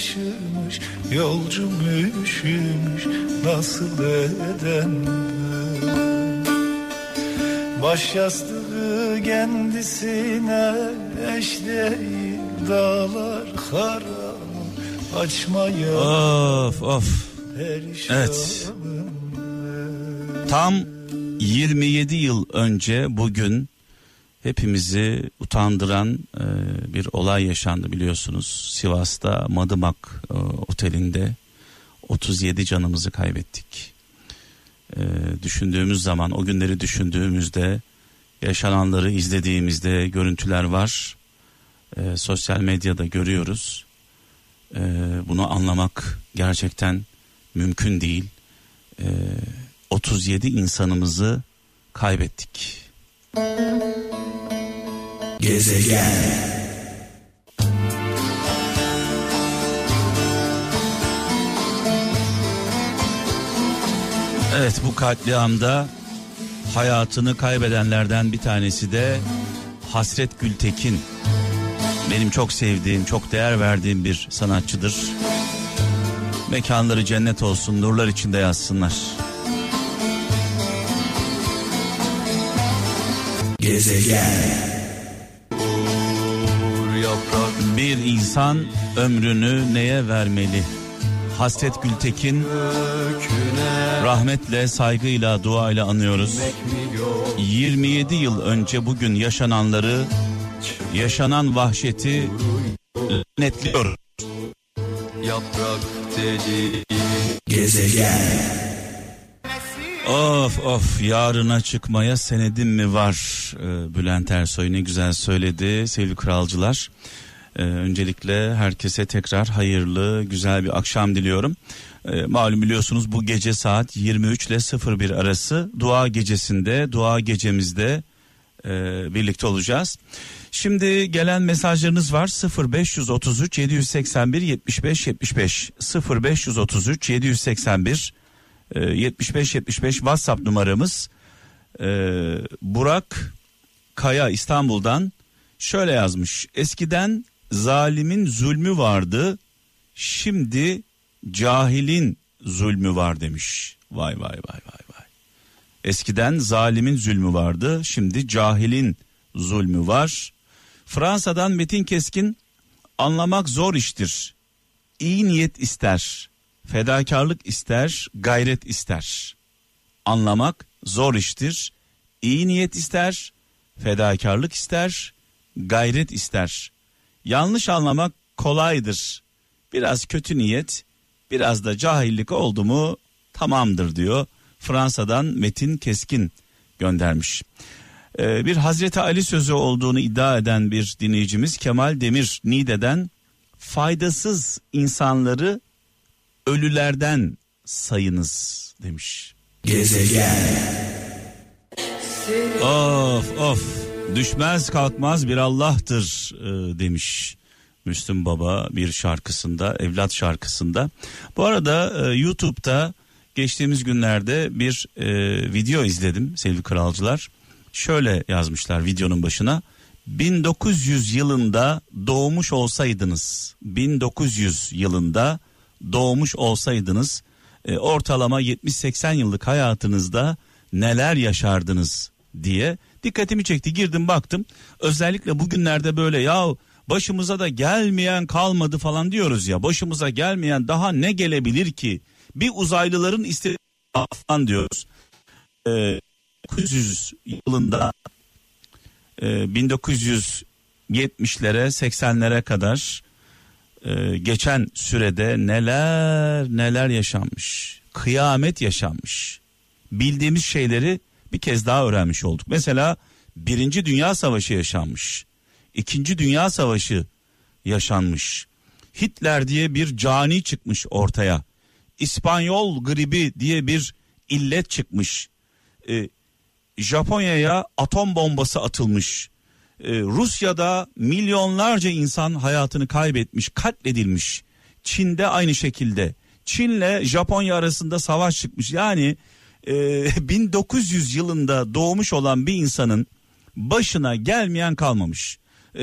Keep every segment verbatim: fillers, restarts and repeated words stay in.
taşımış, yolcum üşümüş, nasıl edemem. Baş yastığı kendisine eş değil, dağlar karanım, açmaya. Of of. Evet. Tam yirmi yedi yıl önce bugün hepimizi utandıran e, bir olay yaşandı biliyorsunuz. Sivas'ta Madımak e, otelinde otuz yedi canımızı kaybettik. E, düşündüğümüz zaman, o günleri düşündüğümüzde, yaşananları izlediğimizde görüntüler var. E, sosyal medyada görüyoruz. E, bunu anlamak gerçekten mümkün değil. E, otuz yedi insanımızı kaybettik. Gezegen. Evet, bu katliamda hayatını kaybedenlerden bir tanesi de Hasret Gültekin. Benim çok sevdiğim, çok değer verdiğim bir sanatçıdır. Mekanları cennet olsun, nurlar içinde yatsınlar. Gezegen. Bir insan ömrünü neye vermeli? Hasret Gültekin, rahmetle, saygıyla, duayla anıyoruz. yirmi yedi yıl önce bugün yaşananları, yaşanan vahşeti netliyoruz. Yaprak dedi. Gezegen. Of of, yarına çıkmaya senedim mi var? Ee, Bülent Ersoy ne güzel söyledi sevgili kralcılar. Ee, öncelikle herkese tekrar hayırlı, güzel bir akşam diliyorum. Ee, malum biliyorsunuz bu gece saat yirmi üç ile sıfır bir arası dua gecesinde, dua gecemizde e, birlikte olacağız. Şimdi gelen mesajlarınız var. sıfır beş otuz üç yedi seksen bir yetmiş beş yetmiş beş sıfır beş otuz üç yedi seksen bir yetmiş beş yetmiş beş WhatsApp numaramız. Ee, Burak Kaya İstanbul'dan şöyle yazmış: eskiden zalimin zulmü vardı, şimdi cahilin zulmü var demiş. Vay vay vay vay vay. Eskiden zalimin zulmü vardı, şimdi cahilin zulmü var. Fransa'dan Metin Keskin, anlamak zor iştir. İyi niyet ister, fedakarlık ister, gayret ister. Anlamak zor iştir. İyi niyet ister, fedakarlık ister, gayret ister. Yanlış anlamak kolaydır. Biraz kötü niyet, biraz da cahillik oldu mu tamamdır diyor. Fransa'dan Metin Keskin göndermiş. Ee, bir Hazreti Ali sözü olduğunu iddia eden bir dinleyicimiz Kemal Demir Niğde'den, faydasız insanları ölülerden sayınız demiş. Gezegen. Of of, düşmez kalkmaz bir Allah'tır e, demiş Müslüm Baba bir şarkısında, evlat şarkısında. Bu arada e, YouTube'da geçtiğimiz günlerde bir e, video izledim sevgili kralcılar. Şöyle yazmışlar videonun başına: bin dokuz yüz yılında doğmuş olsaydınız, bin dokuz yüz yılında doğmuş olsaydınız e, ortalama yetmiş seksen yıllık hayatınızda neler yaşardınız diye dikkatimi çekti. Girdim baktım, özellikle bugünlerde böyle ya başımıza da gelmeyen kalmadı falan diyoruz ya, başımıza gelmeyen daha ne gelebilir ki, bir uzaylıların istediği falan diyoruz. E, bin dokuz yüz yılında e, bin dokuz yüz yetmişlere seksenlere kadar e, geçen sürede neler neler yaşanmış, kıyamet yaşanmış. Bildiğimiz şeyleri bir kez daha öğrenmiş olduk. Mesela Birinci Dünya Savaşı yaşanmış, İkinci Dünya Savaşı yaşanmış. Hitler diye bir cani çıkmış ortaya. İspanyol gribi diye bir illet çıkmış. Ee, Japonya'ya atom bombası atılmış. Ee, Rusya'da milyonlarca insan hayatını kaybetmiş, katledilmiş. Çin'de aynı şekilde. Çin'le Japonya arasında savaş çıkmış. Yani e, bin dokuz yüz yılında doğmuş olan bir insanın başına gelmeyen kalmamış. E,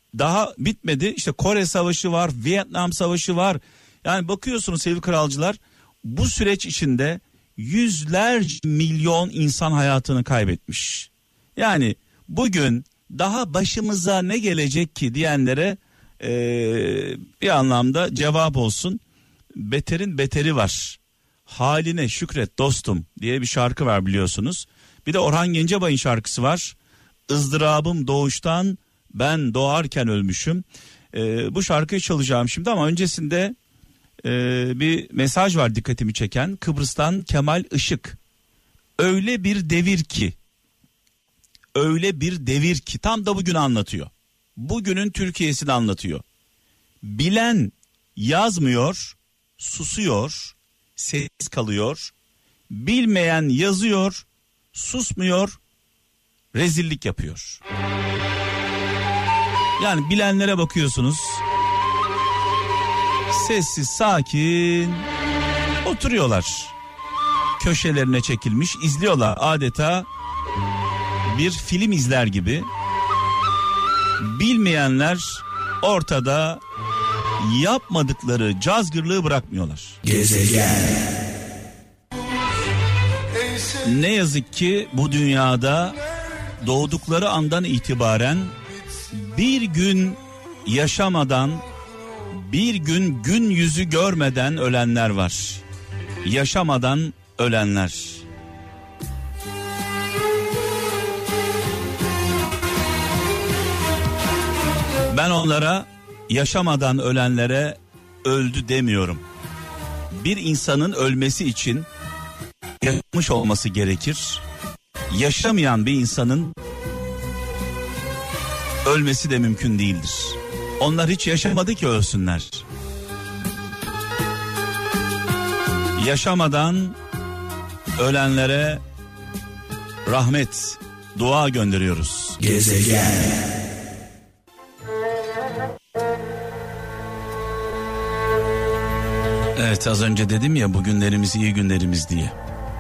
daha bitmedi. İşte Kore Savaşı var, Vietnam Savaşı var. Yani bakıyorsunuz sevgili kralcılar, bu süreç içinde yüzlerce milyon insan hayatını kaybetmiş. Yani bugün daha başımıza ne gelecek ki diyenlere ee, bir anlamda cevap olsun. Beterin beteri var. Haline şükret dostum diye bir şarkı var biliyorsunuz. Bir de Orhan Gencebay'ın şarkısı var. Izdırabım doğuştan, ben doğarken ölmüşüm. Ee, bu şarkıyı çalacağım şimdi ama öncesinde e, bir mesaj var dikkatimi çeken. Kıbrıs'tan Kemal Işık. Öyle bir devir ki, öyle bir devir ki, tam da bugün anlatıyor. Bugünün Türkiye'sini anlatıyor. Bilen yazmıyor, susuyor, sessiz kalıyor. Bilmeyen yazıyor, susmuyor, rezillik yapıyor. Yani bilenlere bakıyorsunuz, sessiz sakin oturuyorlar. Köşelerine çekilmiş izliyorlar, adeta bir film izler gibi. Bilmeyenler ortada yapmadıkları cazgırlığı bırakmıyorlar. Gezegen. Ne yazık ki bu dünyada doğdukları andan itibaren bir gün yaşamadan, bir gün gün yüzü görmeden ölenler var. Yaşamadan ölenler. Ben onlara, yaşamadan ölenlere öldü demiyorum. Bir insanın ölmesi için yaşamış olması gerekir. Yaşamayan bir insanın ölmesi de mümkün değildir. Onlar hiç yaşamadı ki ölsünler. Yaşamadan ölenlere rahmet, dua gönderiyoruz. Gezegen. Evet, az önce dedim ya bugünlerimiz iyi günlerimiz diye.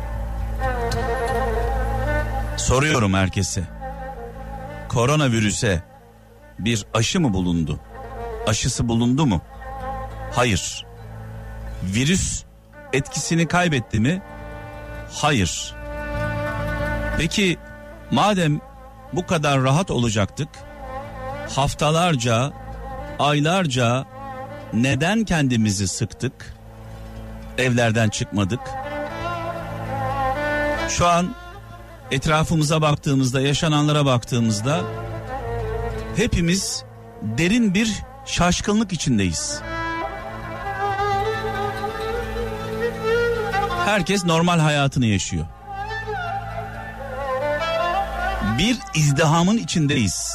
Soruyorum herkese. Koronavirüse bir aşı mı bulundu? Aşısı bulundu mu? Hayır. Virüs etkisini kaybetti mi? Hayır. Peki madem bu kadar rahat olacaktık, haftalarca, aylarca neden kendimizi sıktık? Evlerden çıkmadık. Şu an etrafımıza baktığımızda, yaşananlara baktığımızda hepimiz derin bir şaşkınlık içindeyiz. Herkes normal hayatını yaşıyor. Bir izdihamın içindeyiz.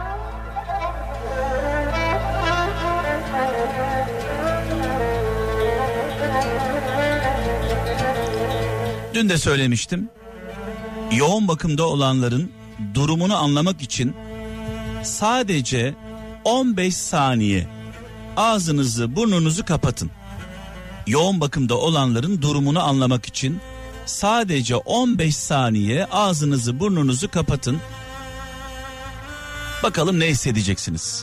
Dün de söylemiştim. Yoğun bakımda olanların durumunu anlamak için sadece on beş saniye ağzınızı, burnunuzu kapatın. Yoğun bakımda olanların durumunu anlamak için sadece on beş saniye ağzınızı, burnunuzu kapatın. Bakalım ne hissedeceksiniz?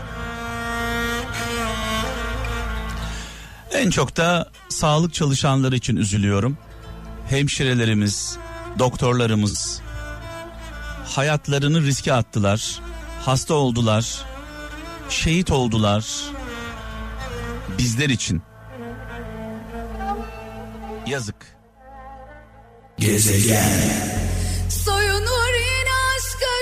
En çok da sağlık çalışanları için üzülüyorum. Hemşirelerimiz, doktorlarımız hayatlarını riske attılar. Hasta oldular. Şehit oldular. Bizler için. Yazık. Gezegen. Soyunur yine aşka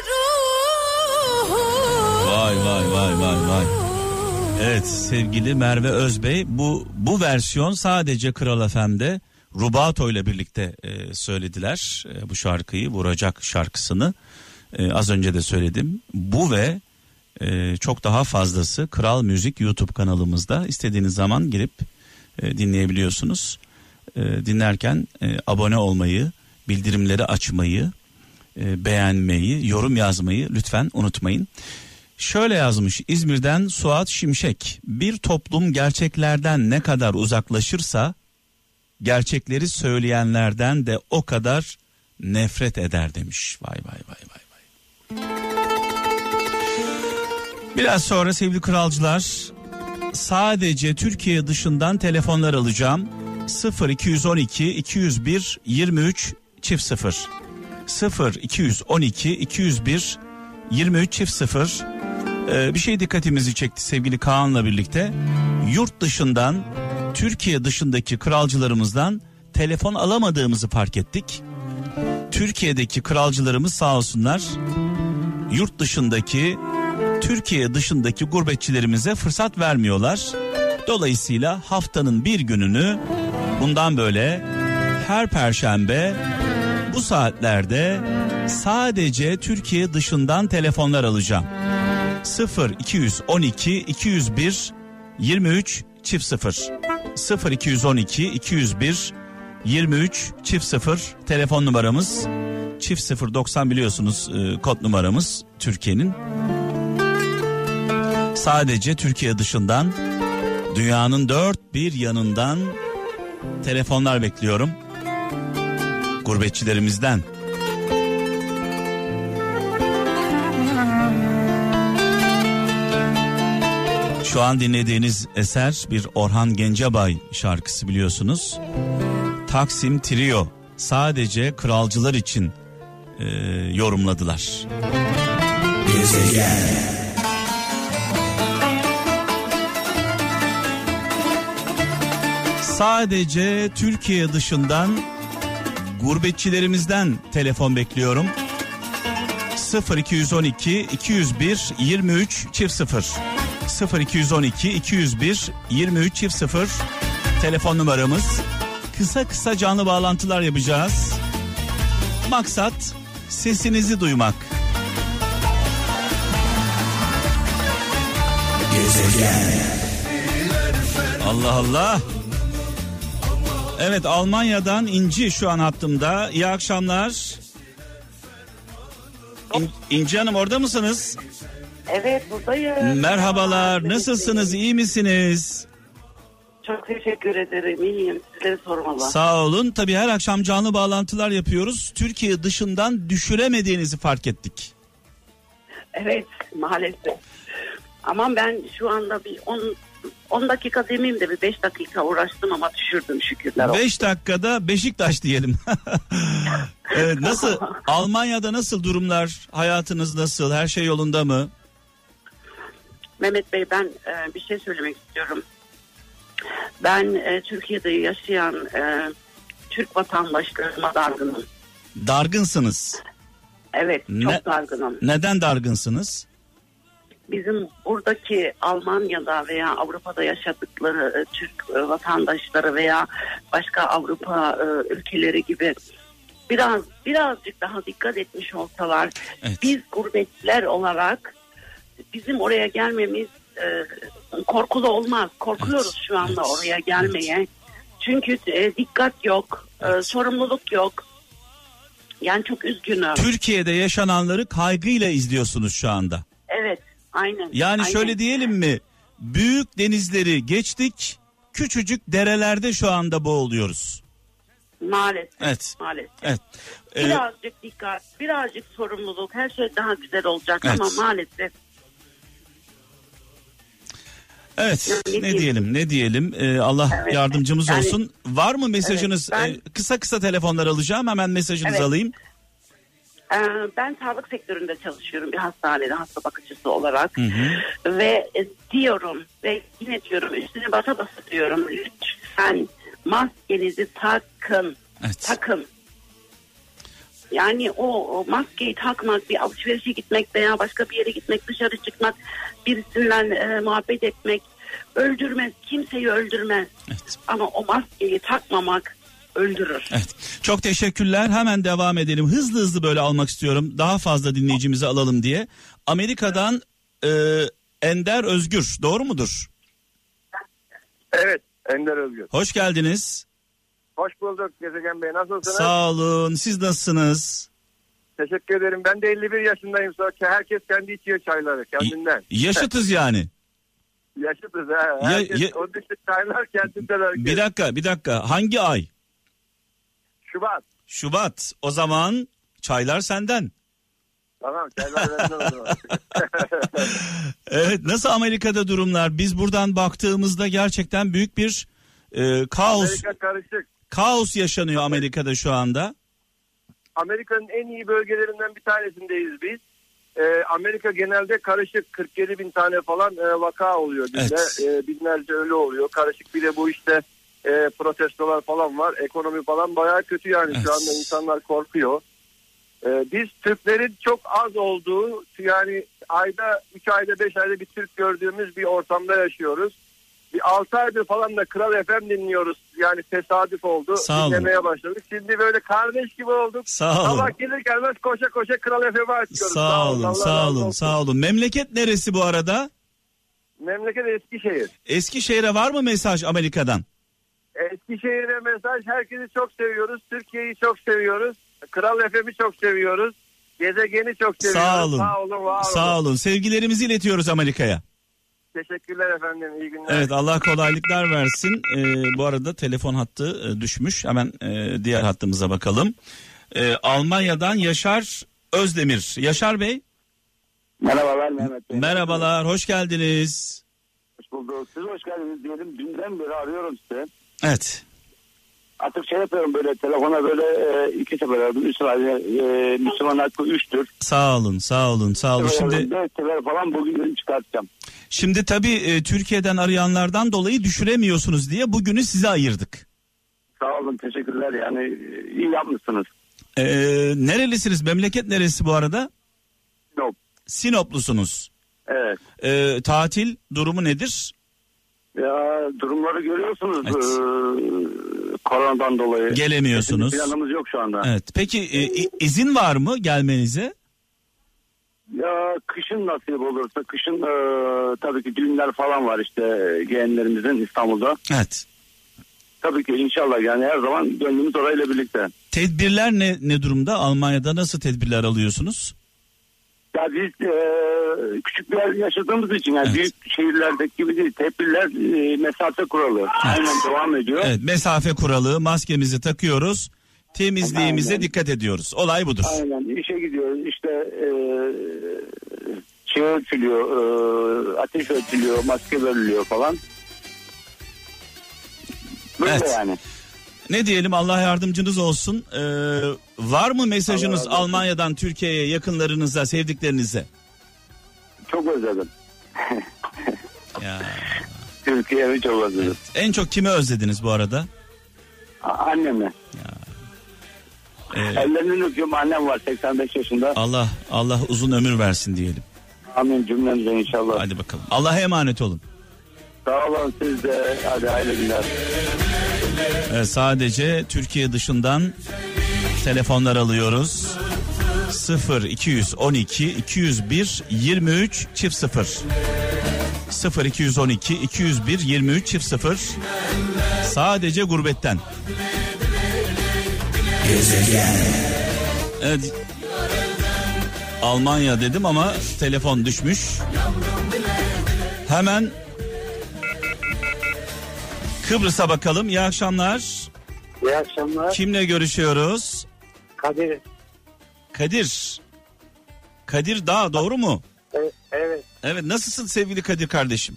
ruhum. Vay vay vay vay vay. Evet sevgili Merve Özbey, bu bu versiyon sadece Kral F M'de Rubato ile birlikte e, söylediler e, bu şarkıyı, Vuracak şarkısını. E, az önce de söyledim. Bu ve e, çok daha fazlası Kral Müzik YouTube kanalımızda, istediğiniz zaman girip e, dinleyebiliyorsunuz. E, dinlerken e, abone olmayı, bildirimleri açmayı, e, beğenmeyi, yorum yazmayı lütfen unutmayın. Şöyle yazmış İzmir'den Suat Şimşek: bir toplum gerçeklerden ne kadar uzaklaşırsa gerçekleri söyleyenlerden de o kadar nefret eder demiş. Vay vay vay vay vay. Biraz sonra sevgili kralcılar sadece Türkiye dışından telefonlar alacağım. sıfır iki on iki iki yüz bir yirmi üç çift sıfır sıfır iki on iki iki yüz bir yirmi üç çift sıfır. Ee, bir şey dikkatimizi çekti sevgili Kaan'la birlikte. Yurt dışından, Türkiye dışındaki kralcılarımızdan telefon alamadığımızı fark ettik. Türkiye'deki kralcılarımız sağ olsunlar, yurt dışındaki, Türkiye dışındaki gurbetçilerimize fırsat vermiyorlar. Dolayısıyla haftanın bir gününü bundan böyle her perşembe bu saatlerde sadece Türkiye dışından telefonlar alacağım. sıfır iki on iki iki yüz bir yirmi üç çift sıfır sıfır iki on iki iki yüz bir yirmi üç çift sıfır telefon numaramız. Çift sıfır doksan biliyorsunuz e, kod numaramız Türkiye'nin. Sadece Türkiye dışından, dünyanın dört bir yanından telefonlar bekliyorum gurbetçilerimizden. Şu an dinlediğiniz eser bir Orhan Gencebay şarkısı biliyorsunuz. Taksim Trio sadece kralcılar için e, yorumladılar. Gezegen. Sadece Türkiye dışından gurbetçilerimizden telefon bekliyorum. sıfır iki on iki iki yüz bir yirmi üç çift sıfır sıfır iki on iki iki yüz bir yirmi üç çift sıfır telefon numaramız. Kısa kısa canlı bağlantılar yapacağız. Maksat sesinizi duymak. Gezegen. Allah Allah. Evet, Almanya'dan İnci şu an hattımda. İyi akşamlar. İn, İnci Hanım orada mısınız? Evet, buradayım. Merhabalar, nasılsınız, iyi misiniz? Çok teşekkür ederim, iyiyim. Sizleri sormalı. Sağ olun. Tabii her akşam canlı bağlantılar yapıyoruz. Türkiye dışından düşüremediğinizi fark ettik. Evet, maalesef. Ama ben şu anda bir on dakika demeyeyim de bir beş dakika uğraştım ama düşürdüm şükürler olsun. beş dakikada Beşiktaş diyelim. Evet, nasıl, Almanya'da nasıl durumlar? Hayatınız nasıl? Her şey yolunda mı? Mehmet Bey, ben e, bir şey söylemek istiyorum. Ben e, Türkiye'de yaşayan e, Türk vatandaşlarıma dargınım. Dargınsınız. Evet, çok ne, dargınım. Neden dargınsınız? Bizim buradaki Almanya'da veya Avrupa'da yaşadıkları e, Türk e, vatandaşları veya başka Avrupa e, ülkeleri gibi biraz birazcık daha dikkat etmiş olsalar, evet, biz gurbetçiler olarak bizim oraya gelmemiz e, korkulu olmaz. Korkuyoruz evet, şu anda evet, oraya gelmeye. Evet. Çünkü e, dikkat yok, evet, e, sorumluluk yok. Yani çok üzgünüm. Türkiye'de yaşananları kaygıyla izliyorsunuz şu anda. Evet, aynen. Yani aynen. şöyle diyelim mi? Büyük denizleri geçtik, küçücük derelerde şu anda boğuluyoruz. Maalesef. Evet. Maalesef. Evet. Ee, birazcık dikkat, birazcık sorumluluk, her şey daha güzel olacak, evet, ama maalesef. Evet, yani ne, ne diyelim, diyelim ne diyelim ee, Allah evet, yardımcımız yani, olsun. Var mı mesajınız? Evet, ben, ee, kısa kısa telefonlar alacağım, hemen mesajınızı evet, alayım. Ee, ben sağlık sektöründe çalışıyorum, bir hastanede hasta bakıcısı olarak. Hı hı. Ve e, diyorum ve yine diyorum, üstüne basa basa diyorum, lütfen maskenizi takın, evet, takın. Yani o, o maskeyi takmak, bir alışverişe gitmek veya başka bir yere gitmek, dışarı çıkmak, birisiyle e, muhabbet etmek öldürmez, kimseyi öldürmez. Evet. Ama o maskeyi takmamak öldürür. Evet. Çok teşekkürler. Hemen devam edelim. Hızlı hızlı böyle almak istiyorum. Daha fazla dinleyicimizi alalım diye. Amerika'dan e, Ender Özgür. Doğru mudur? Evet, Ender Özgür. Hoş geldiniz. Hoş bulduk Gezegen Bey. Nasılsınız? Sağ olun. Siz nasılsınız? Teşekkür ederim. Ben de elli bir yaşındayım. Herkes kendi içiyor çayları kendinden. Y- yaşıtız yani. Yaşıtız ha. Herkes, ya, ya, o dışı çaylar kendinden herkes. Bir dakika, bir dakika. Hangi ay? Şubat. Şubat. O zaman çaylar senden. Tamam çaylar verdim. Evet, nasıl Amerika'da durumlar? Biz buradan baktığımızda gerçekten büyük bir e, kaos. Amerika karışık. Kaos yaşanıyor Amerika'da şu anda. Amerika'nın en iyi bölgelerinden bir tanesindeyiz biz. Ee, Amerika genelde karışık, kırk yedi bin tane falan e, vaka oluyor günde. Evet. E, binlerce ölü oluyor. Karışık, bir de bu işte e, protestolar falan var. Ekonomi falan bayağı kötü yani. Evet. Şu anda insanlar korkuyor. E, biz Türklerin çok az olduğu, yani ayda üç ayda beş ayda bir Türk gördüğümüz bir ortamda yaşıyoruz. Bir altı aydır falan da Kral F M dinliyoruz. Yani tesadüf oldu. Sağ olun. Dinlemeye başladık. Şimdi böyle kardeş gibi olduk. Sağ olun. Sabah gelir gelmez koşa koşa Kral F M'i açıyoruz. Sağ olun, Allah sağ razı olun, olsun. sağ olun. Memleket neresi bu arada? Memleket Eskişehir. Eskişehir'e var mı mesaj Amerika'dan? Eskişehir'e mesaj, herkesi çok seviyoruz. Türkiye'yi çok seviyoruz. Kral F M'i çok seviyoruz. Gezegeni çok seviyoruz. Sağ olun. Sağ olun, var olun. Sağ olun. Sevgilerimizi iletiyoruz Amerika'ya. Teşekkürler efendim. İyi günler. Evet, Allah kolaylıklar versin. Ee, bu arada telefon hattı e, düşmüş. Hemen e, diğer hattımıza bakalım. Ee, Almanya'dan Yaşar Özdemir. Yaşar Bey. Merhabalar Mehmet Bey. Merhabalar, hoş geldiniz. Hoş bulduk. Siz hoş geldiniz diyelim. Dünden beri arıyorum size. Evet. Artık şey yapıyorum, böyle telefona böyle e, iki sefer aradım. Üç sefer e, Müslüman hakkı üçtür. Sağ olun, sağ olun, sağ olun. Şimdi dört sefer falan bugün çıkartacağım. şimdi tabii e, Türkiye'den arayanlardan dolayı düşüremiyorsunuz diye bugünü size ayırdık. Sağ olun, teşekkürler. Yani e, iyi yapmışsınız. Ee, nerelisiniz? Memleket neresi bu arada? Yok. Sinoplusunuz. Evet. Ee, tatil durumu nedir? Ya durumları görüyorsunuz. Evet. E, koronadan dolayı. Gelemiyorsunuz. Bizim planımız yok şu anda. Evet. Peki e, izin var mı gelmenize? Ya kışın nasip olursa, kışın e, tabii ki düğünler falan var işte yeğenlerimizin İstanbul'da. Evet. Tabii ki inşallah, yani her zaman gönlümüz orayla birlikte. Tedbirler ne ne durumda? Almanya'da nasıl tedbirler alıyorsunuz? Ya biz e, küçük bir yer yaşadığımız için, yani Evet. büyük şehirlerdeki gibi değil. Tedbirler e, mesafe kuralı. Aynen devam ediyor. Evet, mesafe kuralı, maskemizi takıyoruz, temizliğimize Aynen. dikkat ediyoruz. Olay budur. Aynen, işe gidiyoruz işte e, şey ölçülüyor, e, ateş ölçülüyor, maske veriliyor falan. Böyle Evet. yani. Ne diyelim, Allah yardımcınız olsun. Ee, var mı mesajınız Allah razı olsun. Almanya'dan Türkiye'ye, yakınlarınıza, sevdiklerinize? Çok özledim. Ya. Türkiye'yi çok özledim. Evet. En çok kimi özlediniz bu arada? A- Annemi. Ee, Ellerinden öpüyorum, annem var seksen beş yaşında. Allah Allah uzun ömür versin diyelim. Amin cümlemize inşallah. Hadi bakalım. Allah'a emanet olun. Sağ olun siz de. Hadi hayırlı günler. Ee, sadece Türkiye dışından telefonlar alıyoruz. sıfır iki on iki iki yüz bir yirmi üç çift sıfır sıfır iki on iki iki yüz bir yirmi üç çift sıfır. Sadece gurbetten. Gezegen. Evet. Almanya dedim ama telefon düşmüş. Hemen Kıbrıs'a bakalım. İyi akşamlar. İyi akşamlar. Kimle görüşüyoruz? Kadir. Kadir. Kadir Dağ, doğru mu? Evet. Evet. Evet, nasılsın sevgili Kadir kardeşim?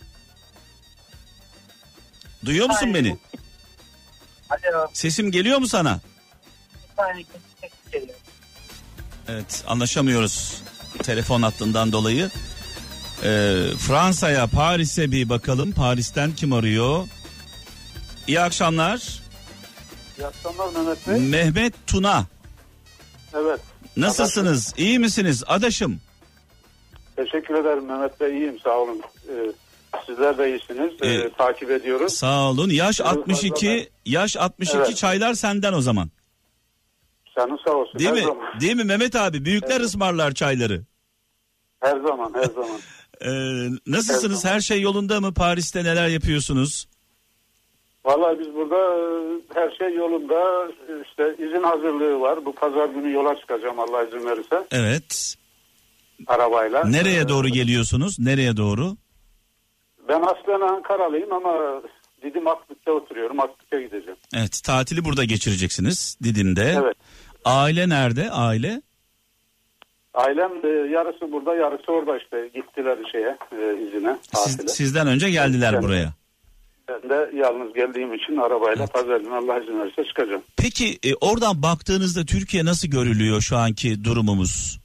Duyuyor musun Hayır. beni? Alo. Sesim geliyor mu sana? Bir saniye. Tek geliyor. Evet, anlaşamıyoruz telefon hattından dolayı. Ee, Fransa'ya, Paris'e bir bakalım. Paris'ten kim arıyor? İyi akşamlar. İyi akşamlar Mehmet Bey. Mehmet Tuna. Evet. Nasılsınız? İyi misiniz? Adaşım. Teşekkür ederim Mehmet Bey. İyiyim, sağ olun. Ee, sizler de iyisiniz. Ee, Ee, takip ediyoruz. Sağ olun. Yaş altmış iki. Yaş altmış iki, Evet. çaylar senden o zaman. Canın sağ olsun. Değil her mi? zaman. Değil mi Mehmet abi? Büyükler Evet. ısmarlar çayları. Her zaman, her zaman. Ee, nasılsınız? Her zaman. Her şey yolunda mı? Paris'te neler yapıyorsunuz? Vallahi biz burada e, her şey yolunda. İşte izin hazırlığı var. Bu pazar günü yola çıkacağım Allah izin verirse. Evet. Arabayla. Nereye Ee, doğru geliyorsunuz? Nereye doğru? Ben aslen Ankaralıyım ama Didim Akbük'te oturuyorum. Akbük'e gideceğim. Evet, tatili burada geçireceksiniz Didim'de. Evet. Aile nerede? Aile? Ailem e, yarısı burada, yarısı orada işte. Gittiler şeye, e, izine, Siz, tatile. sizden önce geldiler Ben- buraya. Ben de yalnız geldiğim için arabayla Evet. pazar günü Allah izin verirse çıkacağım. Peki e, oradan baktığınızda Türkiye nasıl görülüyor şu anki durumumuz?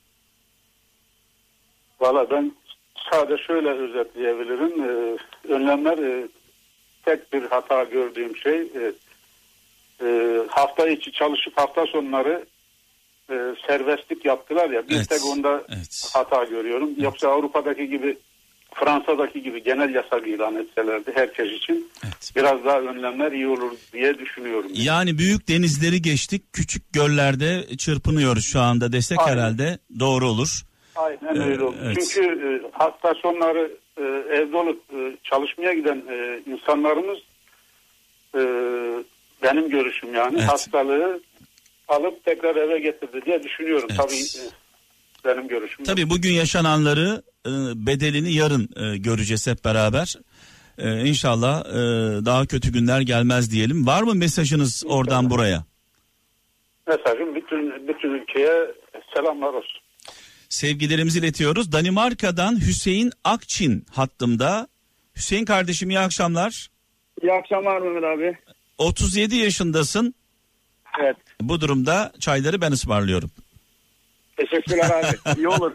Valla ben sadece şöyle özetleyebilirim. Ee, önlemler e, tek bir hata gördüğüm şey e, e, hafta içi çalışıp hafta sonları e, serbestlik yaptılar ya. Bir Evet, tek onda evet. hata görüyorum. Evet. Yoksa Avrupa'daki gibi, Fransa'daki gibi genel yasak ilan etselerdi herkes için Evet. biraz daha önlemler iyi olur diye düşünüyorum. Yani büyük denizleri geçtik, küçük göllerde çırpınıyoruz şu anda desek Aynen. herhalde doğru olur. Aynen Ee, öyle oldu. evet. Çünkü e, hafta sonları e, evde olup e, çalışmaya giden e, insanlarımız e, benim görüşüm yani Evet. hastalığı alıp tekrar eve getirdi diye düşünüyorum. Evet. Tabii e, benim görüşüm. Tabii bugün yaşananları e, bedelini yarın e, göreceğiz hep beraber. E, İnşallah e, daha kötü günler gelmez diyelim. Var mı mesajınız oradan buraya? Mesajım bütün bütün ülkeye selamlar olsun. Sevgilerimizi iletiyoruz. Danimarka'dan Hüseyin Akçin hattımda. Hüseyin kardeşim iyi akşamlar. İyi akşamlar Mehmet abi. otuz yedi yaşındasın. Evet. Bu durumda çayları ben ısmarlıyorum. Teşekkürler abi. İyi olur.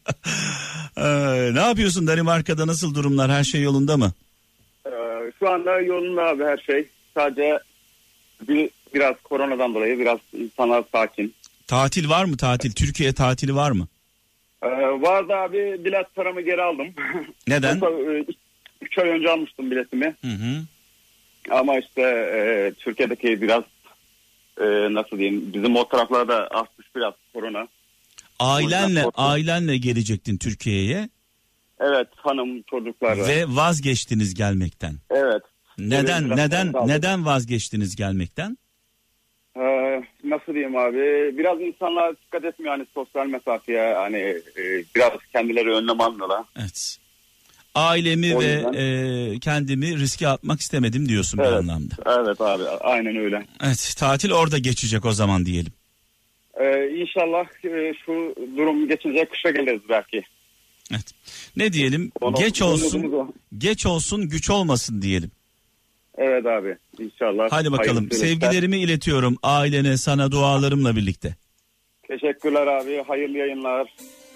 Ee, ne yapıyorsun Danimarka'da, nasıl durumlar, her şey yolunda mı? Ee, şu anda yolunda abi her şey. Sadece bir biraz koronadan dolayı biraz insanlar sakin. Tatil var mı, tatil? Türkiye tatili var mı? Ee, vardı abi, bilet paramı geri aldım. Neden? üç ay önce almıştım biletimi. Hı hı. Ama işte e, Türkiye'deki biraz e, nasıl diyeyim, bizim o taraflarda artmış biraz korona. Ailenle korktum. ailenle gelecektin Türkiye'ye Evet, hanım, çocuklar. ve vazgeçtiniz gelmekten. Evet. Neden Biraz neden kaldı. neden vazgeçtiniz gelmekten? Ee, nasıl diyeyim abi, biraz insanlar dikkat etmiyor hani sosyal mesafeye, hani e, biraz kendileri önlem almalı. Evet. Ailemi O ve yüzden- e, kendimi riske atmak istemedim diyorsun bir Evet. anlamda. Evet abi, aynen öyle. Evet, tatil orada geçecek o zaman diyelim. Ee, inşallah e, şu durum geçince kışa geliriz belki. Evet. Ne diyelim? Onu- Geç olsun, umudumuz o. geç olsun, güç olmasın diyelim. Evet abi, inşallah. Hadi bakalım. Hayırlısı Sevgilerimi iletiyorum ailene, sana dualarımla birlikte. Teşekkürler abi, hayırlı yayınlar.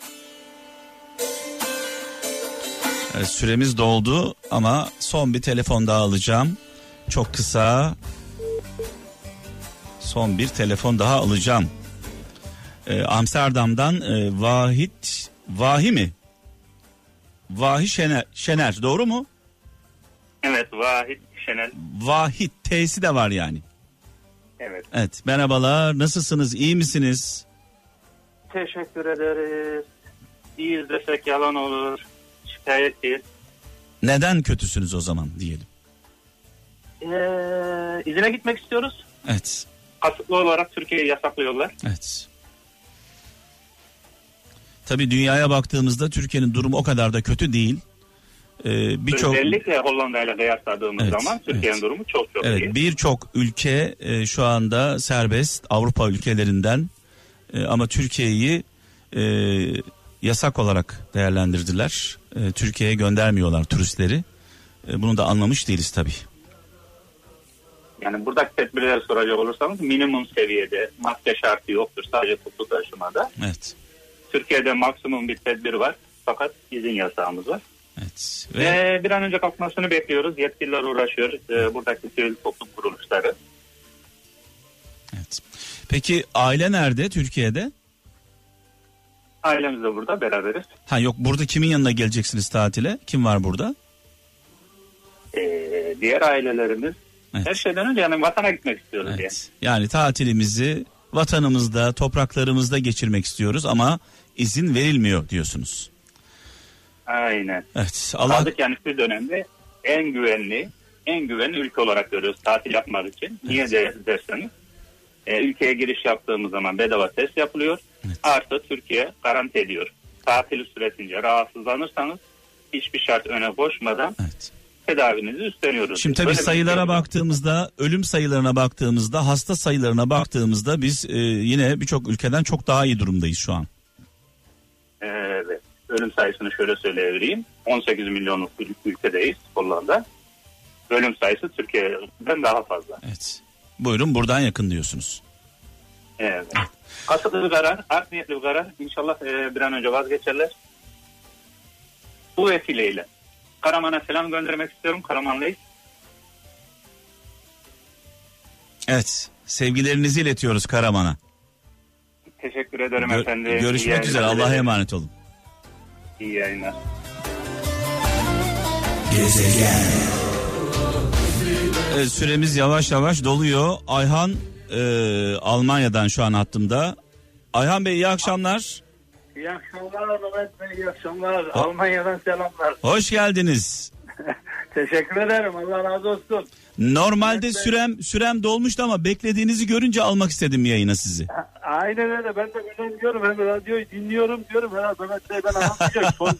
Evet, süremiz doldu ama son bir telefon daha alacağım. Çok kısa. Son bir telefon daha alacağım. Ee, Amsterdam'dan e, Vahit, Vahi mi? Vahi Şener, Şener doğru mu? Evet, Vahit Şenel. Vahit, T'si de var yani. Evet. Evet, merhabalar, nasılsınız, iyi misiniz? Teşekkür ederiz. İyiyiz desek yalan olur. Şikayetçiyiz. Neden kötüsünüz o zaman diyelim. Ee, izine gitmek istiyoruz. Evet, Kasıtlı olarak Türkiye'yi yasaklıyorlar. evet. Tabii dünyaya baktığımızda Türkiye'nin durumu o kadar da kötü değil. Ee, birçok Özellikle Hollanda ile kıyasladığımız Evet, zaman Türkiye'nin evet. durumu çok çok Evet, iyi. birçok ülke e, şu anda serbest, Avrupa ülkelerinden e, ama Türkiye'yi e, yasak olarak değerlendirdiler. E, Türkiye'ye göndermiyorlar turistleri. E, bunu da anlamış değiliz tabii. Yani buradaki tedbirleri soracak olursanız minimum seviyede maske şartı yoktur sadece toplu taşımada. Evet. Türkiye'de maksimum bir tedbir var fakat izin yasağımız var. Evet. Ve Ve ee, bir an önce kalkmasını bekliyoruz. Yetkililer uğraşıyor. Ee, buradaki sivil toplum kuruluşları. evet. Peki aile nerede Türkiye'de? Ailemiz de burada beraberiz. Ha yok, burada kimin yanına geleceksiniz tatile? Kim var burada? Ee, diğer ailelerimiz Evet. her şeyden önce yani vatana gitmek istiyoruz diye. Evet. Yani tatilimizi vatanımızda, topraklarımızda geçirmek istiyoruz ama izin verilmiyor diyorsunuz. Aynen. Evet. Allah Aldık yani şu dönemde en güvenli, en güvenli ülke olarak görüyoruz tatil yapmak için. Niye de derseniz e, ülkeye giriş yaptığımız zaman bedava test yapılıyor. Evet. Artı Türkiye garanti ediyor. Tatil süresince rahatsızlanırsanız hiçbir şart öne koşmadan Evet. tedavinizi üstleniyoruz. Şimdi tabii Böyle bir sayılara şey. baktığımızda, ölüm sayılarına baktığımızda, hasta sayılarına baktığımızda biz e, yine birçok ülkeden çok daha iyi durumdayız şu an. Ee, ölüm sayısını şöyle söyleyebileyim. on sekiz milyonluk bir ülkedeyiz Hollanda. Ölüm sayısı Türkiye'den daha fazla. Evet. Buyurun, buradan yakın diyorsunuz. Evet. Kasıtlı bir karar, art niyetli bir karar. İnşallah e, bir an önce vazgeçerler. Bu vesileyle Karaman'a selam göndermek istiyorum. Karamanlıyız. Evet. Sevgilerinizi iletiyoruz Karaman'a. Teşekkür ederim Gö- efendim. Görüşmek üzere. Allah'a emanet olun. İyi yayınlar. Gezegen. Evet, süremiz yavaş yavaş doluyor. Ayhan e, Almanya'dan şu an hattımda. Ayhan Bey, iyi akşamlar. İyi akşamlar Mehmet Bey, iyi akşamlar. O- Almanya'dan selamlar. Hoş geldiniz. Teşekkür ederim, Allah razı olsun. Normalde Evet, sürem sürem dolmuştu ama beklediğinizi görünce almak istedim yayına sizi. Aynen öyle, ben de buradan diyorum, hem radyoyu dinliyorum diyorum. Herhalde Mehmet Bey ben anlatacak. Son...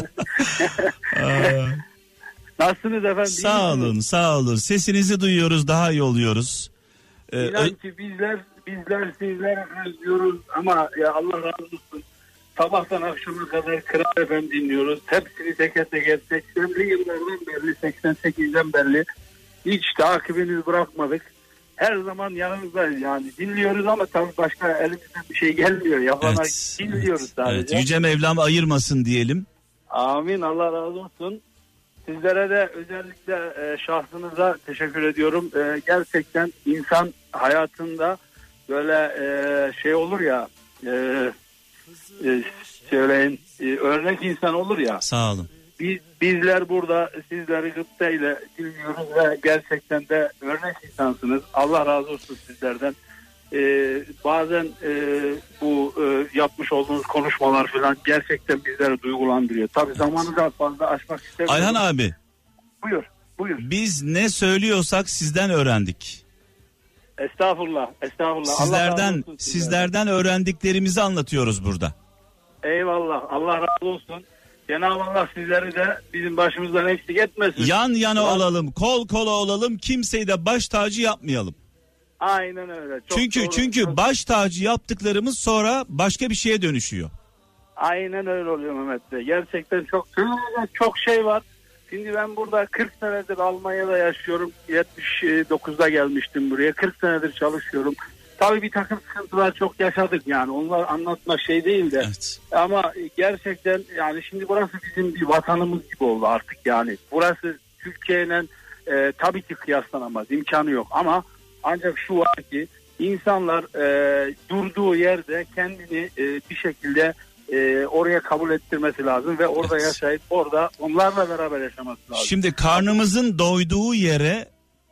Nasılsınız efendim? Sağ olun, sağ olun. Sesinizi duyuyoruz, daha iyi oluyoruz. Ee, İnan ki bizler, bizler sizleri özlüyoruz ama ya Allah razı olsun. Sabahtan akşama kadar Kral F M dinliyoruz. Hepsini teker teker seksenli yıllardan beri, seksen sekizden beri hiç takibinizi bırakmadık. Her zaman yanınızdayız yani. Dinliyoruz ama tabii başka elimizden bir şey gelmiyor. Yapana evet, dinliyoruz evet, sadece. evet. Yüce Mevlam ayırmasın diyelim. Amin, Allah razı olsun. Sizlere de özellikle e, şahsınıza teşekkür ediyorum. E, gerçekten insan hayatında böyle e, şey olur ya, e, e, söyleyin, e, örnek insan olur ya. Sağ olun. Biz, bizler burada sizleri gıptayla dinliyoruz ve gerçekten de örnek insansınız. Allah razı olsun sizlerden. Ee, bazen e, bu e, yapmış olduğunuz konuşmalar falan gerçekten bizleri duygulandırıyor. Tabii zamanı da fazla aşmak istemiyorum. Ayhan abi. Buyur, buyur. Biz ne söylüyorsak sizden öğrendik. Estağfurullah, estağfurullah. Sizlerden, Allah razı olsun sizlerden öğrendiklerimizi anlatıyoruz burada. Eyvallah, Allah razı olsun. Cenab-ı Allah sizleri de bizim başımızdan eksik etmesin. Yan yana Allah... olalım, kol kola olalım, kimseyi de baş tacı yapmayalım. Aynen öyle. Çok çünkü doğru. çünkü baş tacı yaptıklarımız sonra başka bir şeye dönüşüyor. Aynen öyle oluyor Mehmet Bey. Gerçekten çok çok şey var. Şimdi ben burada kırk senedir Almanya'da yaşıyorum. yetmiş dokuzda gelmiştim buraya. kırk senedir çalışıyorum. Tabii bir takım sıkıntılar çok yaşadık yani. Onlar anlatma şey değil de. Evet. Ama gerçekten yani şimdi burası bizim bir vatanımız gibi oldu artık yani. Burası Türkiye'yle e, tabii ki kıyaslanamaz. İmkanı yok ama ancak şu var ki insanlar e, durduğu yerde kendini e, bir şekilde e, oraya kabul ettirmesi lazım ve orada evet. yaşayıp orada onlarla beraber yaşaması lazım. Şimdi karnımızın doyduğu yere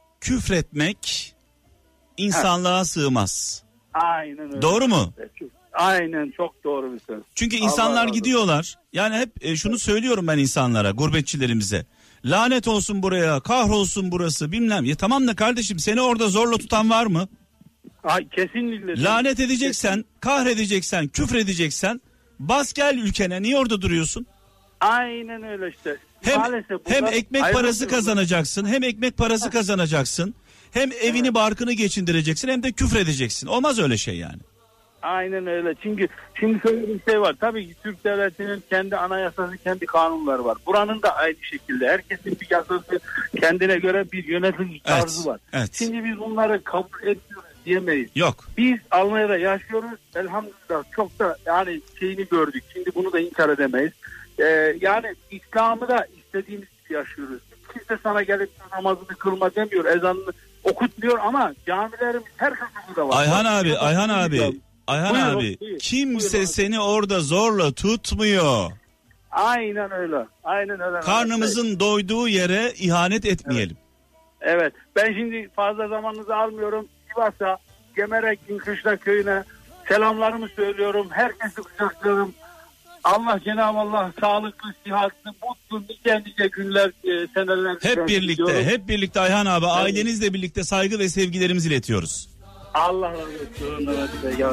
küfretmek insanlığa ha. sığmaz. Aynen öyle. Doğru mu? Aynen, çok doğru bir söz. Çünkü insanlar gidiyorlar. Yani hep e, şunu söylüyorum ben insanlara, gurbetçilerimize. Lanet olsun buraya, kahrolsun burası bilmem. Ya tamam da kardeşim, seni orada zorla tutan var mı? Ay, kesinlikle. Lanet edeceksen, kahredeceksen, küfredeceksen bas gel ülkene. Niye orada duruyorsun? Aynen öyle işte. Hem, hem ekmek parası kazanacaksın, hem ekmek parası kazanacaksın. Hem evini evet. barkını geçindireceksin, hem de küfredeceksin. Olmaz öyle şey yani. Aynen öyle. Çünkü şimdi şöyle bir şey var. Tabii ki Türk devletinin kendi anayasası, kendi kanunları var. Buranın da aynı şekilde. Herkesin bir yasası, kendine göre bir yönetim tarzı evet, var. Evet. Şimdi biz bunları kabul etmiyoruz diyemeyiz. Yok. Biz Almanya'da yaşıyoruz. Elhamdülillah çok da yani şeyini gördük. Şimdi bunu da inkar edemeyiz. Ee, yani İslam'ı da istediğimiz gibi yaşıyoruz. Kimse sana gelip namazını kılma demiyor. Ezanını okutmuyor ama camilerimiz her kapıda var. Ayhan abi, Ayhan abi. Ayhan buyur, abi buyur, kimse buyur, seni orada zorla tutmuyor. Aynen öyle. Aynen öyle. Karnımızın evet. doyduğu yere ihanet etmeyelim. Evet. evet. Ben şimdi fazla zamanınızı almıyorum. Sivas'a, Gemerek Kışla köyüne selamlarımı söylüyorum. Herkesi kucaklıyorum. Allah Cenab-ı Allah sağlıklı, sıhhatli, mutlu, nice nice günler, e, seneler. Hep birlikte, diyorum. hep birlikte Ayhan abi, evet. ailenizle birlikte saygı ve sevgilerimizi iletiyoruz. Allah razı olsun.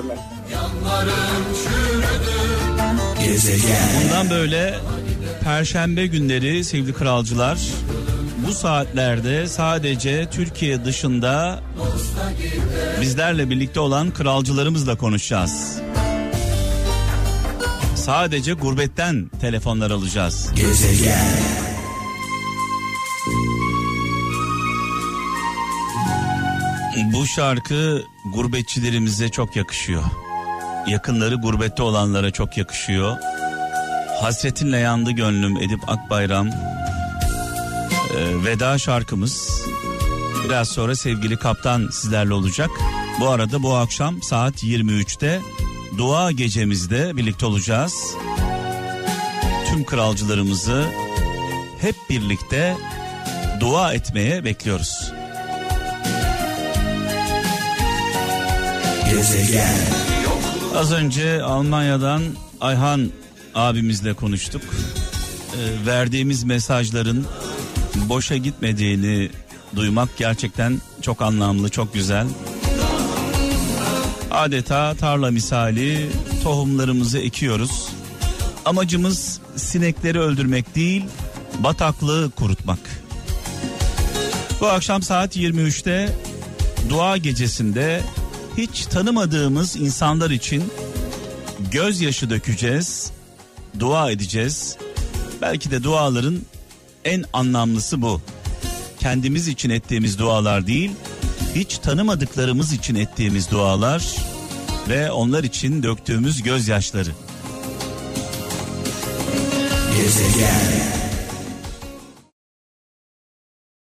Gezegen. Bundan böyle Perşembe günleri sevgili kralcılar, bu saatlerde sadece Türkiye dışında bizlerle birlikte olan kralcılarımızla konuşacağız. Sadece gurbetten telefonlar alacağız. Gezegen. Bu şarkı gurbetçilerimize çok yakışıyor. Yakınları gurbette olanlara çok yakışıyor. Hasretinle yandı gönlüm Edip Akbayram. Ee, veda şarkımız. Biraz sonra sevgili kaptan sizlerle olacak. Bu arada bu akşam saat yirmi üçte dua gecemizde birlikte olacağız. Tüm kralcılarımızı hep birlikte dua etmeye bekliyoruz. Gezegen. Az önce Almanya'dan Ayhan abimizle konuştuk. Ee, verdiğimiz mesajların boşa gitmediğini duymak gerçekten çok anlamlı, çok güzel. Adeta tarla misali tohumlarımızı ekiyoruz. Amacımız sinekleri öldürmek değil, bataklığı kurutmak. Bu akşam saat yirmi üçte dua gecesinde hiç tanımadığımız insanlar için gözyaşı dökeceğiz, dua edeceğiz. Belki de duaların en anlamlısı bu. Kendimiz için ettiğimiz dualar değil, hiç tanımadıklarımız için ettiğimiz dualar ve onlar için döktüğümüz gözyaşları. Gezegen.